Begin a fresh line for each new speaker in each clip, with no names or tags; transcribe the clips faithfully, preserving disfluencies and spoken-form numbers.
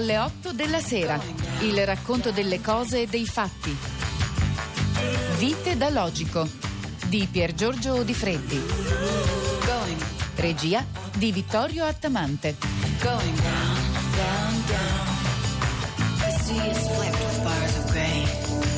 alle otto della sera. Il racconto delle cose e dei fatti. Vite da logico di Piergiorgio Di Freddi. Regia di Vittorio Attamante. Going down, down, down. The sea is flecked with bars of gray.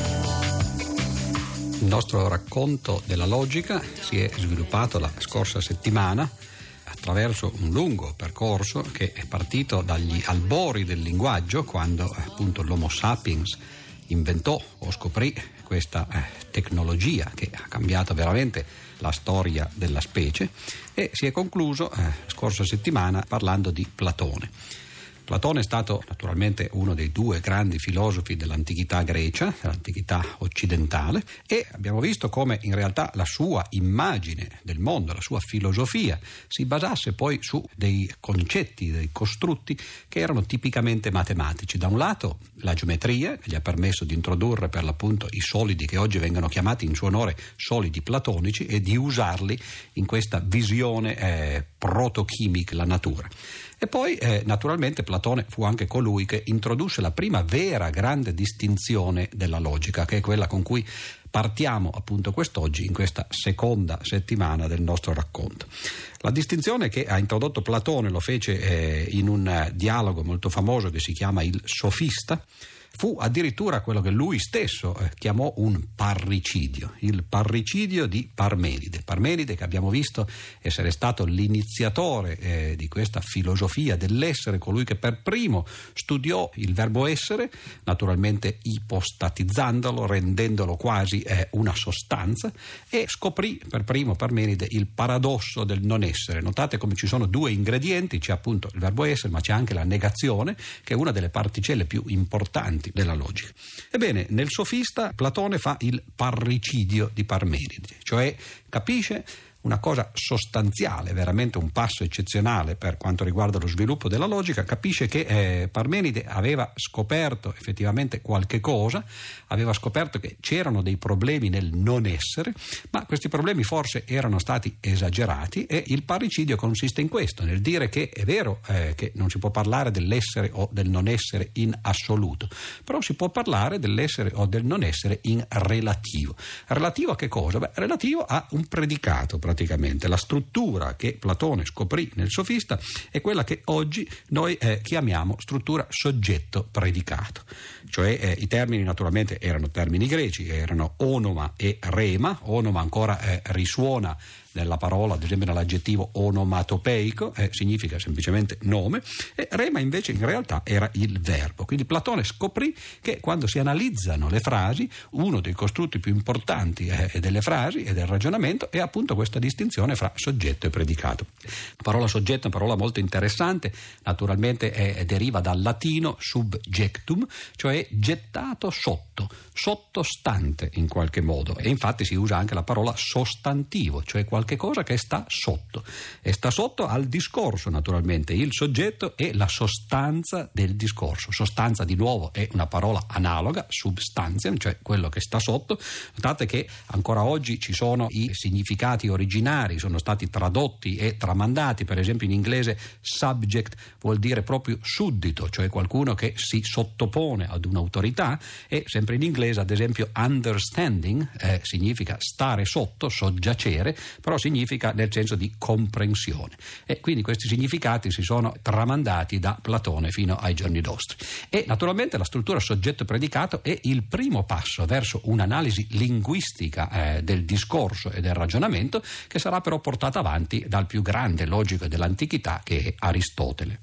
Il nostro racconto della logica si è sviluppato la scorsa settimana attraverso un lungo percorso che è partito dagli albori del linguaggio, quando appunto l'Homo sapiens inventò o scoprì questa eh, tecnologia che ha cambiato veramente la storia della specie, e si è concluso eh, scorsa settimana parlando di Platone. Platone è stato naturalmente uno dei due grandi filosofi dell'antichità grecia, dell'antichità occidentale, e abbiamo visto come in realtà la sua immagine del mondo, la sua filosofia, si basasse poi su dei concetti, dei costrutti che erano tipicamente matematici. Da un lato la geometria, che gli ha permesso di introdurre per l'appunto i solidi che oggi vengono chiamati in suo onore solidi platonici e di usarli in questa visione eh, protochimica la natura. E poi eh, naturalmente Platone fu anche colui che introdusse la prima vera grande distinzione della logica, che è quella con cui partiamo appunto quest'oggi in questa seconda settimana del nostro racconto. La distinzione che ha introdotto Platone lo fece eh, in un uh, dialogo molto famoso che si chiama il Sofista. Fu addirittura quello che lui stesso eh, chiamò un parricidio, il parricidio di Parmenide. Parmenide, che abbiamo visto essere stato l'iniziatore eh, di questa filosofia dell'essere, colui che per primo studiò il verbo essere, naturalmente ipostatizzandolo, rendendolo quasi eh, una sostanza, e scoprì per primo Parmenide il paradosso del non essere. Notate come ci sono due ingredienti, c'è appunto il verbo essere, ma c'è anche la negazione, che è una delle particelle più importanti della logica. Ebbene, nel Sofista Platone fa il parricidio di Parmenide, cioè capisce una cosa sostanziale, veramente un passo eccezionale per quanto riguarda lo sviluppo della logica. Capisce che eh, Parmenide aveva scoperto effettivamente qualche cosa, aveva scoperto che c'erano dei problemi nel non essere, ma questi problemi forse erano stati esagerati, e il parricidio consiste in questo, nel dire che è vero eh, che non si può parlare dell'essere o del non essere in assoluto, però si può parlare dell'essere o del non essere in relativo. Relativo a che cosa? Beh, relativo a un predicato. Praticamente la struttura che Platone scoprì nel Sofista è quella che oggi noi eh, chiamiamo struttura soggetto-predicato, cioè eh, i termini naturalmente erano termini greci, erano onoma e rema. Onoma ancora eh, risuona nella parola, ad esempio nell'aggettivo onomatopeico, eh, significa semplicemente nome, e rema invece in realtà era il verbo. Quindi Platone scoprì che quando si analizzano le frasi, uno dei costrutti più importanti eh, delle frasi e del ragionamento è appunto questa distinzione fra soggetto e predicato. La parola soggetto è una parola molto interessante, naturalmente è, deriva dal latino subjectum, cioè gettato sotto, sottostante in qualche modo, e infatti si usa anche la parola sostantivo, cioè qualche cosa che sta sotto, e sta sotto al discorso. Naturalmente il soggetto è la sostanza del discorso. Sostanza, di nuovo, è una parola analoga, substantiam, cioè quello che sta sotto. Notate che ancora oggi ci sono i significati originari, sono stati tradotti e tramandati. Per esempio in inglese subject vuol dire proprio suddito, cioè qualcuno che si sottopone ad un'autorità, e sempre in inglese ad esempio understanding eh, significa stare sotto, soggiacere, però significa nel senso di comprensione, e quindi questi significati si sono tramandati da Platone fino ai giorni nostri. E naturalmente la struttura soggetto-predicato è il primo passo verso un'analisi linguistica eh, del discorso e del ragionamento, che sarà però portata avanti dal più grande logico dell'antichità, che è Aristotele.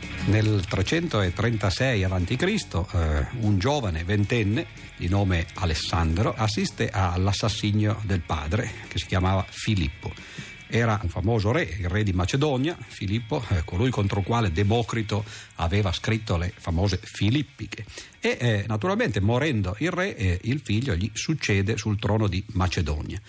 Nel trecentotrentasei avanti Cristo eh, un giovane ventenne di nome Alessandro assiste all'assassinio del padre, che si chiamava Filippo. Era un famoso re, il re di Macedonia, Filippo, eh, colui contro il quale Democrito aveva scritto le famose Filippiche. E eh, naturalmente, morendo il re, eh, il figlio gli succede sul trono di Macedonia.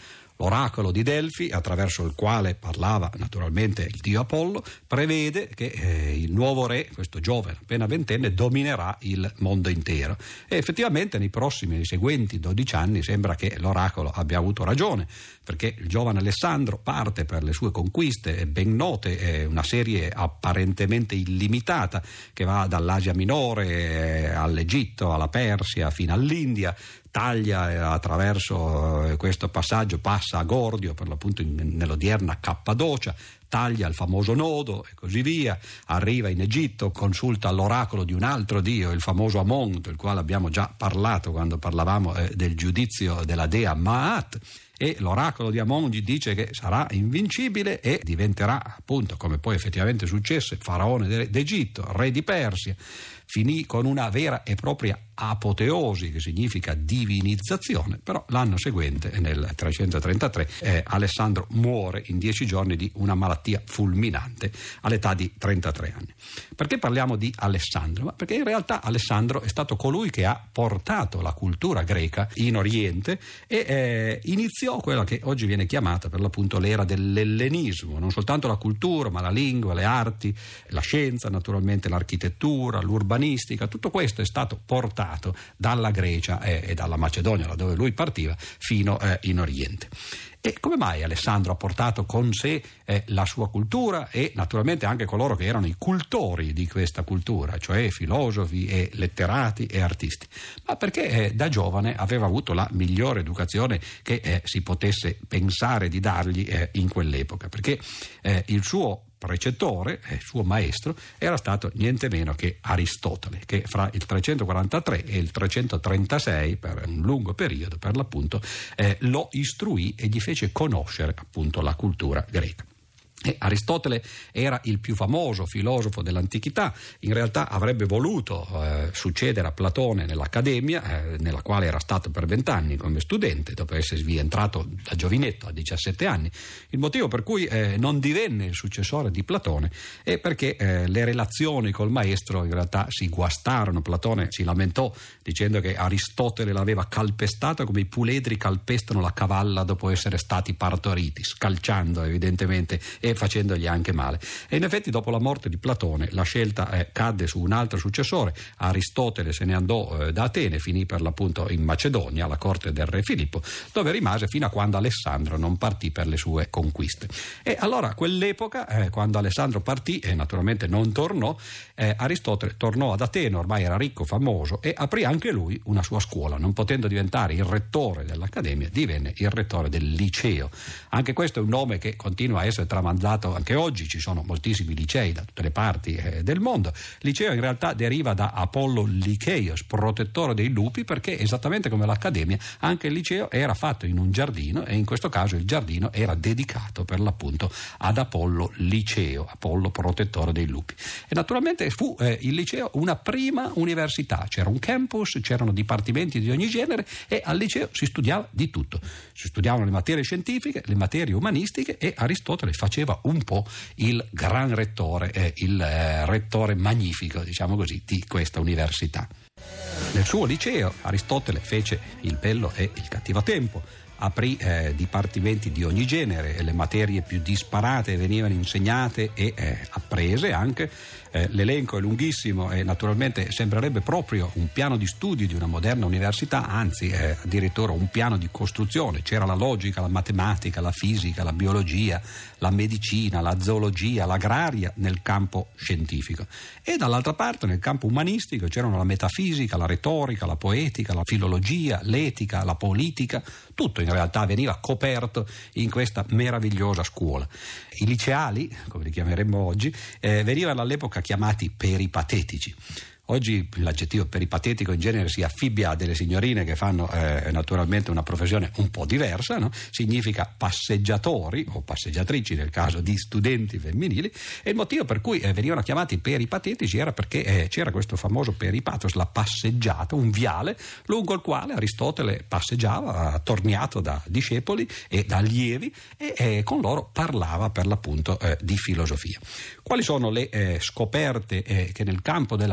L'oracolo di Delfi, attraverso il quale parlava naturalmente il dio Apollo, prevede che eh, il nuovo re, questo giovane appena ventenne, dominerà il mondo intero. E effettivamente nei prossimi, nei seguenti dodici anni sembra che l'oracolo abbia avuto ragione, perché il giovane Alessandro parte per le sue conquiste ben note, eh, una serie apparentemente illimitata che va dall'Asia Minore eh, all'Egitto, alla Persia, fino all'India. Taglia eh, attraverso eh, questo passaggio, passa a Gordio, per l'appunto in, nell'odierna Cappadocia, taglia il famoso nodo e così via, arriva in Egitto, consulta l'oracolo di un altro dio, il famoso Amon, del quale abbiamo già parlato quando parlavamo eh, del giudizio della dea Maat, e l'oracolo di Amon gli dice che sarà invincibile e diventerà, appunto, come poi effettivamente successe, faraone d'Egitto, re di Persia. Finì con una vera e propria apoteosi, che significa divinizzazione, però l'anno seguente, nel trecentotrentatré, eh, Alessandro muore in dieci giorni di una malattia fulminante all'età di trentatré anni. Perché parliamo di Alessandro? Ma perché in realtà Alessandro è stato colui che ha portato la cultura greca in Oriente e eh, iniziò quella che oggi viene chiamata per l'appunto l'era dell'ellenismo, non soltanto la cultura ma la lingua, le arti, la scienza naturalmente, l'architettura, l'urbanistica, tutto questo è stato portato dalla Grecia e, e dalla Macedonia, da dove lui partiva, fino eh, in Oriente. E come mai Alessandro ha portato con sé eh, la sua cultura e naturalmente anche coloro che erano i cultori di questa cultura, cioè filosofi e letterati e artisti? Ma perché eh, da giovane aveva avuto la migliore educazione che eh, si potesse pensare di dargli eh, in quell'epoca, perché eh, il suo precettore, il suo maestro, era stato niente meno che Aristotele, che fra il trecentoquarantatré e il trecentotrentasei, per un lungo periodo per l'appunto, eh, lo istruì e gli fece conoscere appunto la cultura greca. E Aristotele era il più famoso filosofo dell'antichità, in realtà avrebbe voluto eh, succedere a Platone nell'Accademia, eh, nella quale era stato per vent'anni come studente, dopo esservi entrato da giovinetto a diciassette anni. Il motivo per cui eh, non divenne il successore di Platone è perché eh, le relazioni col maestro in realtà si guastarono. Platone si lamentò dicendo che Aristotele l'aveva calpestato come i puledri calpestano la cavalla dopo essere stati partoriti, scalciando evidentemente e facendogli anche male. E in effetti dopo la morte di Platone la scelta eh, cadde su un altro successore. Aristotele se ne andò eh, da Atene, finì per l'appunto in Macedonia alla corte del re Filippo, dove rimase fino a quando Alessandro non partì per le sue conquiste. E allora a quell'epoca, eh, quando Alessandro partì e naturalmente non tornò, eh, Aristotele tornò ad Atene, ormai era ricco, famoso, e aprì anche lui una sua scuola. Non potendo diventare il rettore dell'Accademia, divenne il rettore del liceo. Anche questo è un nome che continua a essere tramandato anche oggi, ci sono moltissimi licei da tutte le parti eh, del mondo. Liceo in realtà deriva da Apollo Licheios, protettore dei lupi, perché esattamente come l'Accademia anche il liceo era fatto in un giardino e in questo caso il giardino era dedicato per l'appunto ad Apollo Liceo, Apollo protettore dei lupi. E naturalmente fu eh, il liceo una prima università, c'era un campus, c'erano dipartimenti di ogni genere e al liceo si studiava di tutto. Si studiavano le materie scientifiche, le materie umanistiche e Aristotele faceva un po' il gran rettore, eh, il eh, rettore magnifico, diciamo così, di questa università. Nel suo liceo Aristotele fece il bello e il cattivo tempo, aprì eh, dipartimenti di ogni genere e le materie più disparate venivano insegnate e eh, apprese anche. Eh, l'elenco è lunghissimo e naturalmente sembrerebbe proprio un piano di studi di una moderna università, anzi eh, addirittura un piano di costruzione. C'era la logica, la matematica, la fisica, la biologia, la medicina, la zoologia, l'agraria nel campo scientifico. E dall'altra parte nel campo umanistico c'erano la metafisica, la retorica, la poetica, la filologia, l'etica, la politica. Tutto in realtà veniva coperto in questa meravigliosa scuola. I liceali, come li chiameremmo oggi, eh, venivano all'epoca chiamati peripatetici. Oggi l'aggettivo peripatetico in genere si affibbia a delle signorine che fanno eh, naturalmente una professione un po' diversa, no? Significa passeggiatori o passeggiatrici nel caso di studenti femminili, e il motivo per cui eh, venivano chiamati peripatetici era perché eh, c'era questo famoso peripatos, la passeggiata, un viale lungo il quale Aristotele passeggiava attorniato da discepoli e da allievi e eh, con loro parlava per l'appunto eh, di filosofia. Quali sono le eh, scoperte eh, che nel campo della logica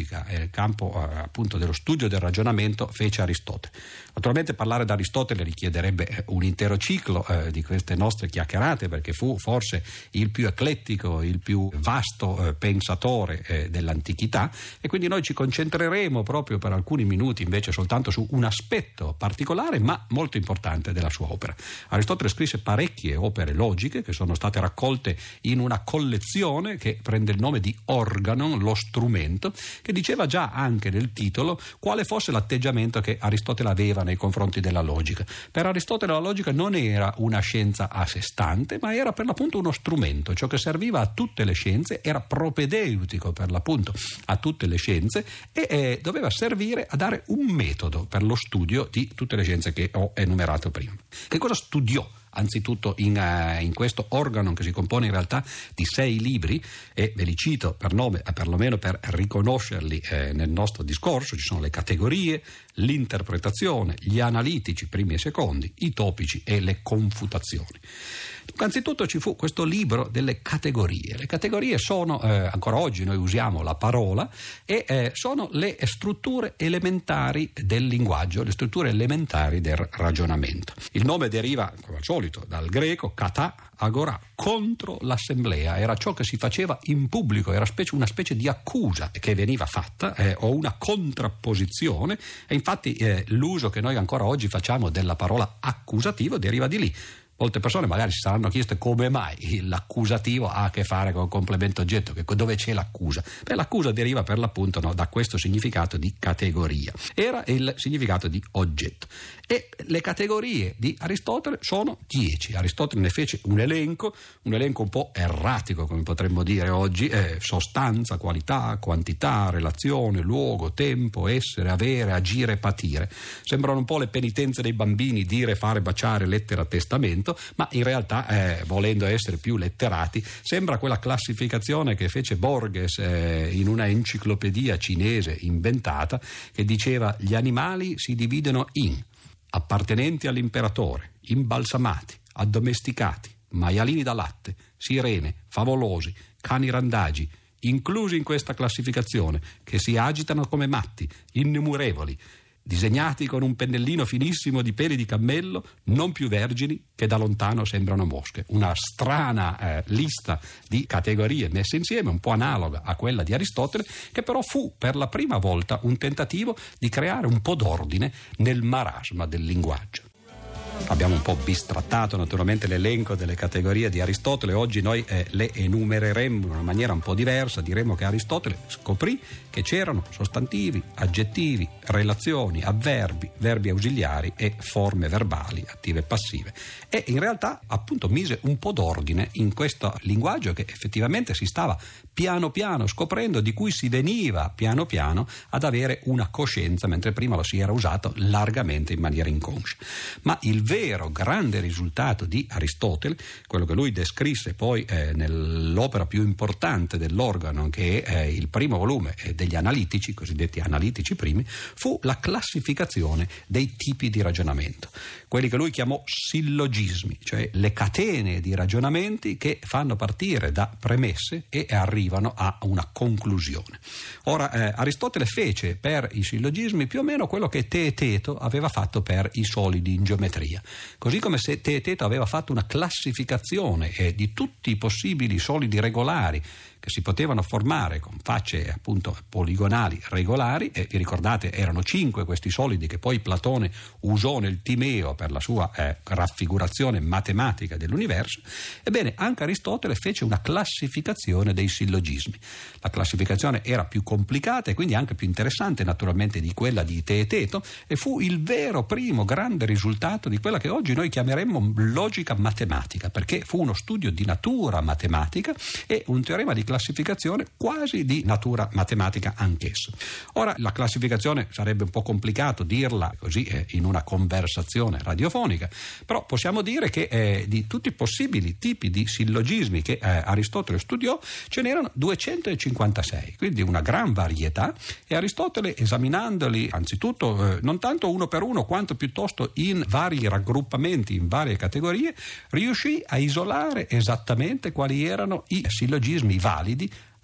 logica e nel campo eh, appunto dello studio del ragionamento fece Aristotele. Naturalmente parlare di Aristotele richiederebbe un intero ciclo eh, di queste nostre chiacchierate, perché fu forse il più eclettico, il più vasto eh, pensatore eh, dell'antichità, e quindi noi ci concentreremo proprio per alcuni minuti invece soltanto su un aspetto particolare ma molto importante della sua opera. Aristotele scrisse parecchie opere logiche che sono state raccolte in una collezione che prende il nome di Organon, lo strumento, che diceva già anche nel titolo quale fosse l'atteggiamento che Aristotele aveva nei confronti della logica. Per Aristotele la logica non era una scienza a sé stante, ma era per l'appunto uno strumento, ciò che serviva a tutte le scienze, era propedeutico per l'appunto a tutte le scienze e eh, doveva servire a dare un metodo per lo studio di tutte le scienze che ho enumerato prima. Che cosa studiò? Anzitutto in, uh, in questo Organon, che si compone in realtà di sei libri, e ve li cito per nome, perlomeno per riconoscerli eh, nel nostro discorso. Ci sono le categorie, l'interpretazione, gli analitici primi e secondi, i topici e le confutazioni. Anzitutto ci fu questo libro delle categorie. Le categorie sono, eh, ancora oggi noi usiamo la parola, e eh, sono le strutture elementari del linguaggio, le strutture elementari del ragionamento. Il nome deriva, come al solito, dal greco kata, agorà, contro l'assemblea. Era ciò che si faceva in pubblico, era specie, una specie di accusa che veniva fatta eh, o una contrapposizione, e infatti eh, l'uso che noi ancora oggi facciamo della parola accusativo deriva di lì. Molte persone magari si saranno chieste come mai l'accusativo ha a che fare con il complemento oggetto, che dove c'è l'accusa? Beh, l'accusa deriva per l'appunto no, da questo significato di categoria. Era il significato di oggetto. E le categorie di Aristotele sono dieci. Aristotele ne fece un elenco, un elenco un po' erratico, come potremmo dire oggi, eh, sostanza, qualità, quantità, relazione, luogo, tempo, essere, avere, agire, patire. Sembrano un po' le penitenze dei bambini, dire, fare, baciare, lettera, testamento, ma in realtà, eh, volendo essere più letterati, sembra quella classificazione che fece Borges eh, in una enciclopedia cinese inventata, che diceva: gli animali si dividono in appartenenti all'imperatore, imbalsamati, addomesticati, maialini da latte, sirene, favolosi, cani randagi, inclusi in questa classificazione, che si agitano come matti, innumerevoli, disegnati con un pennellino finissimo di peli di cammello, non più vergini, che da lontano sembrano mosche. Una strana eh, lista di categorie messe insieme, un po' analoga a quella di Aristotele, che però fu per la prima volta un tentativo di creare un po' d'ordine nel marasma del linguaggio. Abbiamo un po' bistrattato naturalmente l'elenco delle categorie di Aristotele. Oggi noi eh, le enumereremo in una maniera un po' diversa. Diremo che Aristotele scoprì che c'erano sostantivi, aggettivi, relazioni, avverbi, verbi ausiliari e forme verbali attive e passive, e in realtà appunto mise un po' d'ordine in questo linguaggio che effettivamente si stava piano piano scoprendo, di cui si veniva piano piano ad avere una coscienza, mentre prima lo si era usato largamente in maniera inconscia. Ma il vero grande risultato di Aristotele, quello che lui descrisse poi eh, nell'opera più importante dell'Organon, che è eh, il primo volume eh, degli analitici, cosiddetti analitici primi, fu la classificazione dei tipi di ragionamento, quelli che lui chiamò sillogismi, cioè le catene di ragionamenti che fanno partire da premesse e arrivano a una conclusione. Ora eh, Aristotele fece per i sillogismi più o meno quello che Teeteto aveva fatto per i solidi in geometria. Così come se Teeteto aveva fatto una classificazione eh, di tutti i possibili solidi regolari che si potevano formare con facce appunto poligonali regolari, e vi ricordate erano cinque questi solidi che poi Platone usò nel Timeo per la sua eh, raffigurazione matematica dell'universo. Ebbene, anche Aristotele fece una classificazione dei sillogismi. La classificazione era più complicata e quindi anche più interessante naturalmente di quella di Teeteto, e fu il vero primo grande risultato di quella che oggi noi chiameremmo logica matematica, perché fu uno studio di natura matematica e un teorema di classificazione quasi di natura matematica anch'esso. Ora, la classificazione sarebbe un po' complicato dirla così eh, in una conversazione radiofonica, però possiamo dire che eh, di tutti i possibili tipi di sillogismi che eh, Aristotele studiò ce n'erano duecentocinquantasei, quindi una gran varietà, e Aristotele, esaminandoli anzitutto eh, non tanto uno per uno quanto piuttosto in vari raggruppamenti, in varie categorie, riuscì a isolare esattamente quali erano i sillogismi validi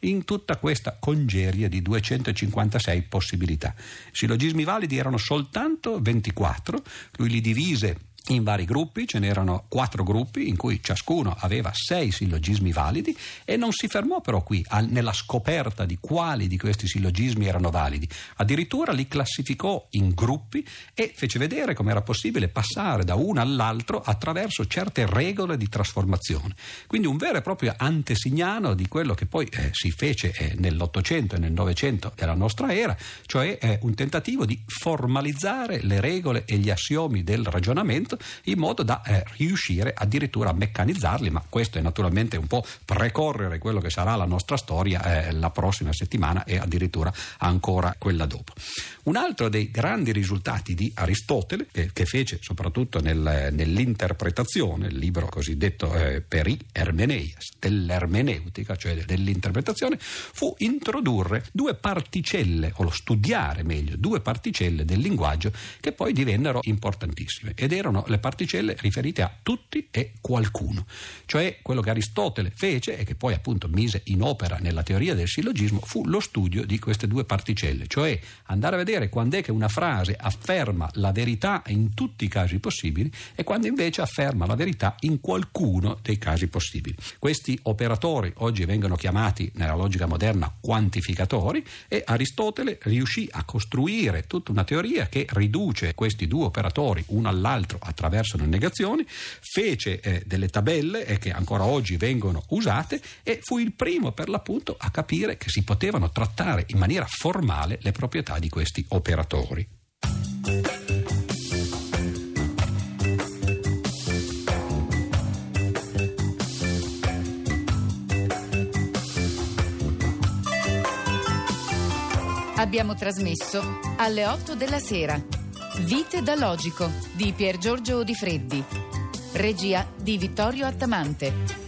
in tutta questa congerie di duecentocinquantasei possibilità. Sillogismi validi erano soltanto ventiquattro, lui li divise in vari gruppi, ce n'erano quattro gruppi in cui ciascuno aveva sei sillogismi validi, e non si fermò però qui al, nella scoperta di quali di questi sillogismi erano validi, addirittura li classificò in gruppi e fece vedere come era possibile passare da uno all'altro attraverso certe regole di trasformazione. Quindi un vero e proprio antesignano di quello che poi eh, si fece eh, nell'Ottocento e nel Novecento della nostra era, cioè eh, un tentativo di formalizzare le regole e gli assiomi del ragionamento in modo da eh, riuscire addirittura a meccanizzarli, ma questo è naturalmente un po' precorrere quello che sarà la nostra storia eh, la prossima settimana e addirittura ancora quella dopo. Un altro dei grandi risultati di Aristotele, che, che fece soprattutto nel, nell'interpretazione, il libro cosiddetto eh, Peri Ermeneias, dell'ermeneutica, cioè dell'interpretazione, fu introdurre due particelle, o lo studiare meglio, due particelle del linguaggio che poi divennero importantissime, ed erano le particelle riferite a tutti e qualcuno. Cioè quello che Aristotele fece e che poi appunto mise in opera nella teoria del sillogismo fu lo studio di queste due particelle, cioè andare a vedere quando è che una frase afferma la verità in tutti i casi possibili e quando invece afferma la verità in qualcuno dei casi possibili. Questi operatori oggi vengono chiamati nella logica moderna quantificatori, e Aristotele riuscì a costruire tutta una teoria che riduce questi due operatori uno all'altro attraverso le negazioni, fece eh, delle tabelle eh, che ancora oggi vengono usate, e fu il primo per l'appunto a capire che si potevano trattare in maniera formale le proprietà di questi operatori.
Abbiamo trasmesso alle otto della sera Vite da Logico di Pier Giorgio Di Freddi, regia di Vittorio Attamante.